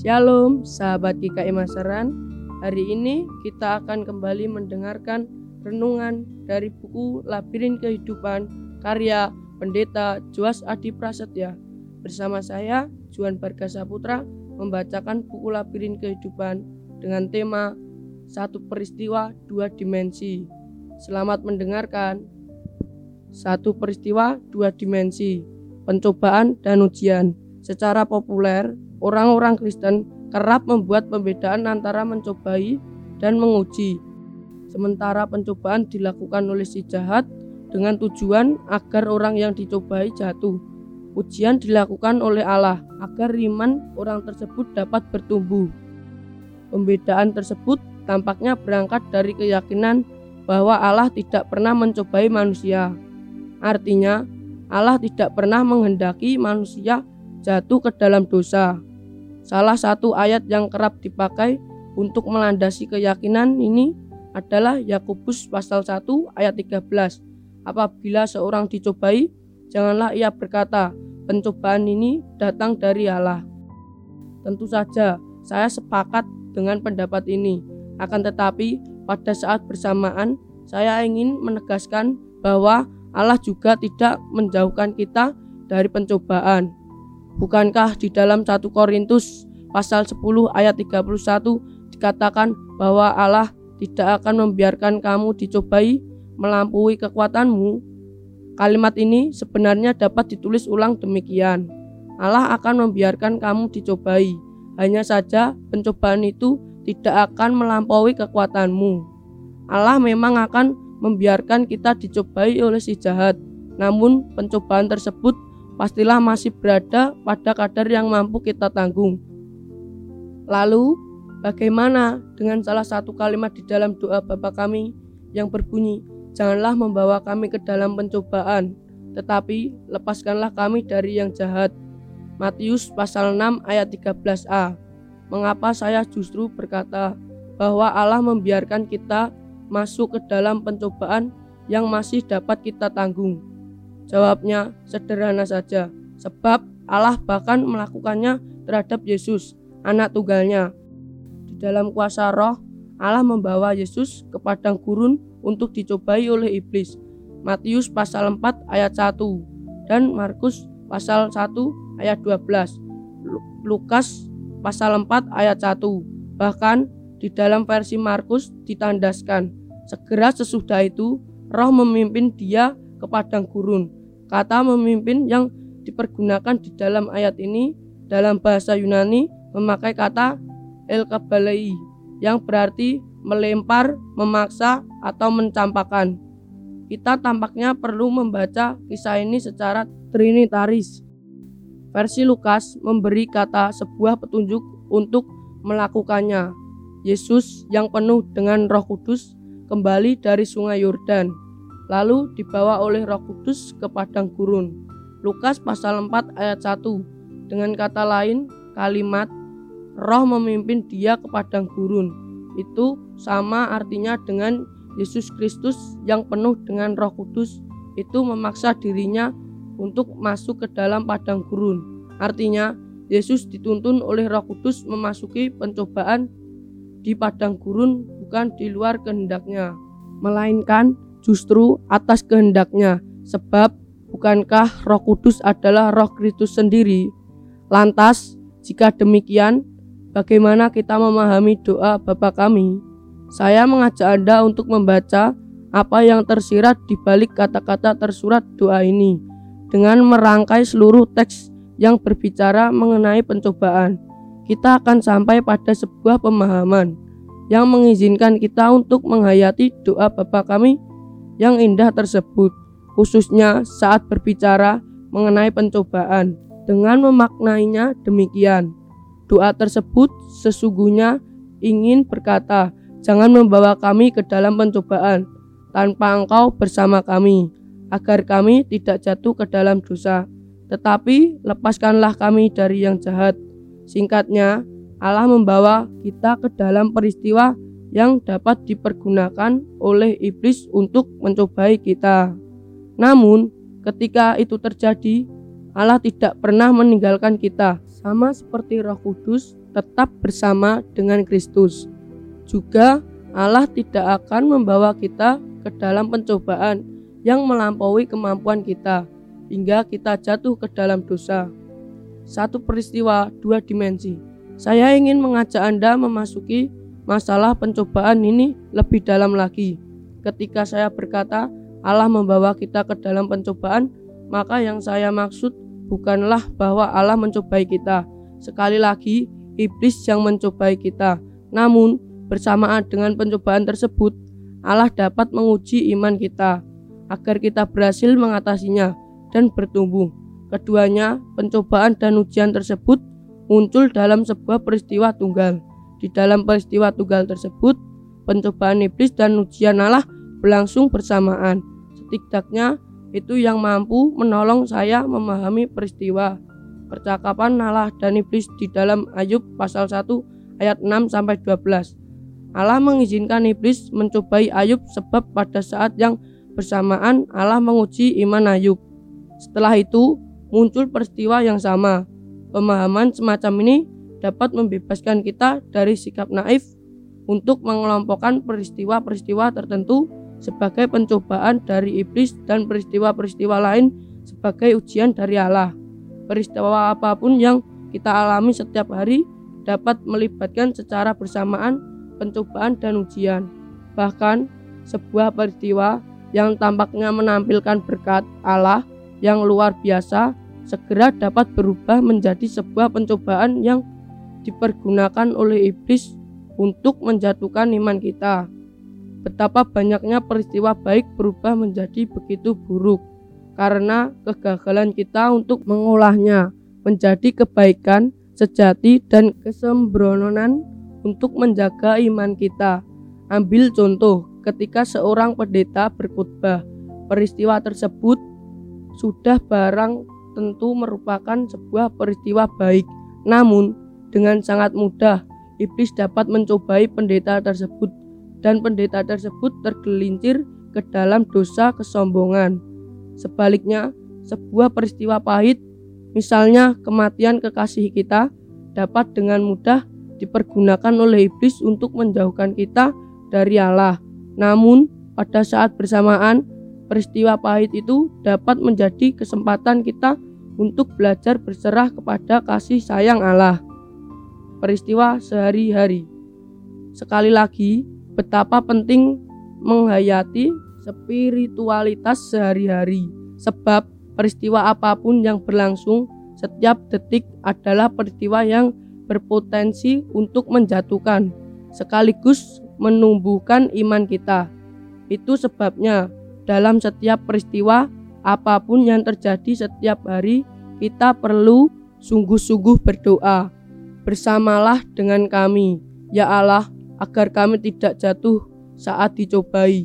Shalom sahabat GKI Maseran. Hari ini kita akan kembali mendengarkan renungan dari buku Labirin Kehidupan karya Pendeta Joas Adi Prasetya. Bersama saya Juan Barga Saputra membacakan buku Labirin Kehidupan dengan tema Satu Peristiwa Dua Dimensi. Selamat mendengarkan. Satu peristiwa dua dimensi, pencobaan dan ujian. Secara populer, orang-orang Kristen kerap membuat pembedaan antara mencobai dan menguji. Sementara pencobaan dilakukan oleh si jahat dengan tujuan agar orang yang dicobai jatuh. Ujian dilakukan oleh Allah agar iman orang tersebut dapat bertumbuh. Pembedaan tersebut tampaknya berangkat dari keyakinan bahwa Allah tidak pernah mencobai manusia. Artinya, Allah tidak pernah menghendaki manusia jatuh ke dalam dosa. Salah satu ayat yang kerap dipakai untuk melandasi keyakinan ini adalah Yakobus pasal 1 ayat 13. Apabila seorang dicobai, janganlah ia berkata, pencobaan ini datang dari Allah. Tentu saja, saya sepakat dengan pendapat ini. Akan tetapi, pada saat bersamaan, saya ingin menegaskan bahwa Allah juga tidak menjauhkan kita dari pencobaan. Bukankah di dalam 1 Korintus pasal 10 ayat 31 dikatakan bahwa Allah tidak akan membiarkan kamu dicobai melampaui kekuatanmu? Kalimat ini sebenarnya dapat ditulis ulang demikian. Allah akan membiarkan kamu dicobai. Hanya saja pencobaan itu tidak akan melampaui kekuatanmu. Allah memang akan membiarkan kita dicobai oleh si jahat. Namun pencobaan tersebut pastilah masih berada pada kadar yang mampu kita tanggung. Lalu, bagaimana dengan salah satu kalimat di dalam doa Bapa kami yang berbunyi, janganlah membawa kami ke dalam pencobaan, tetapi lepaskanlah kami dari yang jahat. Matius pasal 6 ayat 13a. Mengapa saya justru berkata bahwa Allah membiarkan kita masuk ke dalam pencobaan yang masih dapat kita tanggung? Jawabnya sederhana saja, sebab Allah bahkan melakukannya terhadap Yesus, anak tunggalnya. Di dalam kuasa roh, Allah membawa Yesus ke padang gurun untuk dicobai oleh iblis. Matius pasal 4 ayat 1 dan Markus pasal 1 ayat 12. Lukas pasal 4 ayat 1. Bahkan di dalam versi Markus ditandaskan, segera sesudah itu roh memimpin dia ke padang gurun. Kata memimpin yang dipergunakan di dalam ayat ini dalam bahasa Yunani memakai kata elkabalei yang berarti melempar, memaksa, atau mencampakkan. Kita tampaknya perlu membaca kisah ini secara trinitaris. Versi Lukas memberi kata sebuah petunjuk untuk melakukannya. Yesus yang penuh dengan Roh Kudus kembali dari sungai Yordan, lalu dibawa oleh Roh Kudus ke padang gurun. Lukas pasal 4 ayat 1. Dengan kata lain, kalimat roh memimpin dia ke padang gurun itu sama artinya dengan Yesus Kristus yang penuh dengan Roh Kudus itu memaksa dirinya untuk masuk ke dalam padang gurun. Artinya, Yesus dituntun oleh Roh Kudus memasuki pencobaan di padang gurun bukan di luar kehendaknya, melainkan justru atas kehendaknya. Sebab bukankah Roh Kudus adalah Roh Kristus sendiri? Lantas, jika demikian, bagaimana kita memahami doa Bapa kami? Saya mengajak Anda untuk membaca apa yang tersirat di balik kata-kata tersurat doa ini dengan merangkai seluruh teks yang berbicara mengenai pencobaan. Kita akan sampai pada sebuah pemahaman yang mengizinkan kita untuk menghayati doa Bapa kami yang indah tersebut, khususnya saat berbicara mengenai pencobaan. Dengan memaknainya demikian, doa tersebut sesungguhnya ingin berkata, jangan membawa kami ke dalam pencobaan tanpa Engkau bersama kami, agar kami tidak jatuh ke dalam dosa, tetapi lepaskanlah kami dari yang jahat. Singkatnya, Allah membawa kita ke dalam peristiwa yang dapat dipergunakan oleh iblis untuk mencobai kita. Namun, ketika itu terjadi, Allah tidak pernah meninggalkan kita. Sama seperti Roh Kudus tetap bersama dengan Kristus. Juga Allah tidak akan membawa kita ke dalam pencobaan yang melampaui kemampuan kita hingga kita jatuh ke dalam dosa. Satu peristiwa, dua dimensi. Saya ingin mengajak Anda memasuki masalah pencobaan ini lebih dalam lagi. Ketika saya berkata Allah membawa kita ke dalam pencobaan, maka yang saya maksud bukanlah bahwa Allah mencobai kita. Sekali lagi, iblis yang mencobai kita. Namun, bersamaan dengan pencobaan tersebut, Allah dapat menguji iman kita agar kita berhasil mengatasinya dan bertumbuh. Keduanya, pencobaan dan ujian tersebut muncul dalam sebuah peristiwa tunggal. Di dalam peristiwa tunggal tersebut, pencobaan iblis dan ujian Allah berlangsung bersamaan. Setidaknya itu yang mampu menolong saya memahami peristiwa percakapan Allah dan iblis di dalam Ayub pasal 1 ayat 6-12. Allah mengizinkan iblis mencobai Ayub sebab pada saat yang bersamaan Allah menguji iman Ayub. Setelah itu muncul peristiwa yang sama. Pemahaman semacam ini dapat membebaskan kita dari sikap naif untuk mengelompokkan peristiwa-peristiwa tertentu sebagai pencobaan dari iblis dan peristiwa-peristiwa lain sebagai ujian dari Allah. Peristiwa apapun yang kita alami setiap hari dapat melibatkan secara bersamaan pencobaan dan ujian. Bahkan sebuah peristiwa yang tampaknya menampilkan berkat Allah yang luar biasa segera dapat berubah menjadi sebuah pencobaan yang dipergunakan oleh iblis untuk menjatuhkan iman kita. Betapa banyaknya peristiwa baik berubah menjadi begitu buruk karena kegagalan kita untuk mengolahnya menjadi kebaikan sejati dan kesembrononan untuk menjaga iman kita. Ambil contoh ketika seorang pendeta berkhotbah. Peristiwa tersebut sudah barang tentu merupakan sebuah peristiwa baik. Namun dengan sangat mudah iblis dapat mencobai pendeta tersebut dan pendeta tersebut tergelincir ke dalam dosa kesombongan. Sebaliknya, sebuah peristiwa pahit, misalnya kematian kekasih kita, dapat dengan mudah dipergunakan oleh iblis untuk menjauhkan kita dari Allah. Namun, pada saat bersamaan, peristiwa pahit itu dapat menjadi kesempatan kita untuk belajar berserah kepada kasih sayang Allah. Peristiwa sehari-hari. Sekali lagi, betapa penting menghayati spiritualitas sehari-hari, sebab peristiwa apapun yang berlangsung setiap detik adalah peristiwa yang berpotensi untuk menjatuhkan sekaligus menumbuhkan iman kita. Itu sebabnya dalam setiap peristiwa apapun yang terjadi setiap hari, kita perlu sungguh-sungguh berdoa. Bersamalah dengan kami, ya Allah, agar kami tidak jatuh saat dicobai.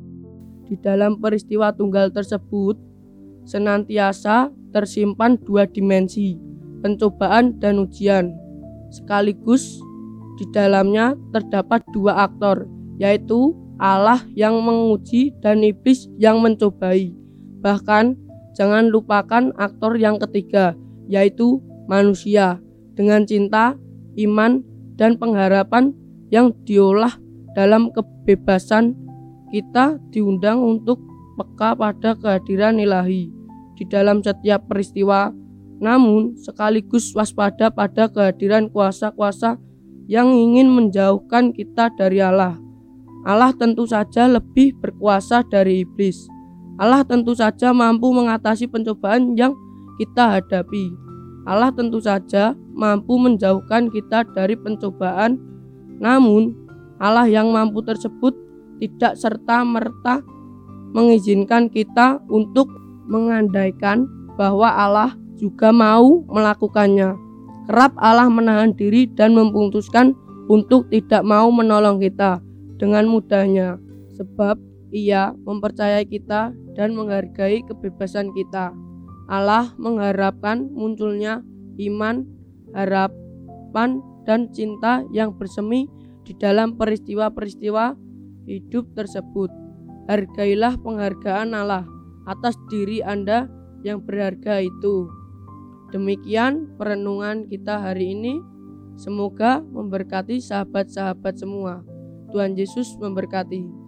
Di dalam peristiwa tunggal tersebut, senantiasa tersimpan dua dimensi, pencobaan dan ujian. Sekaligus di dalamnya terdapat dua aktor, yaitu Allah yang menguji dan iblis yang mencobai. Bahkan jangan lupakan aktor yang ketiga, yaitu manusia dengan cinta, iman, dan pengharapan yang diolah dalam kebebasan. Kita diundang untuk peka pada kehadiran ilahi di dalam setiap peristiwa, namun sekaligus waspada pada kehadiran kuasa-kuasa yang ingin menjauhkan kita dari Allah. Allah tentu saja lebih berkuasa dari iblis. Allah tentu saja mampu mengatasi pencobaan yang kita hadapi. Allah tentu saja mampu menjauhkan kita dari pencobaan. Namun, Allah yang mampu tersebut tidak serta-merta mengizinkan kita untuk mengandaikan bahwa Allah juga mau melakukannya. Kerap Allah menahan diri dan memutuskan untuk tidak mau menolong kita dengan mudahnya, sebab Ia mempercayai kita dan menghargai kebebasan kita. Allah mengharapkan munculnya iman, harapan, dan cinta yang bersemi di dalam peristiwa-peristiwa hidup tersebut. Hargailah penghargaan Allah atas diri Anda yang berharga itu. Demikian perenungan kita hari ini. Semoga memberkati sahabat-sahabat semua. Tuhan Yesus memberkati.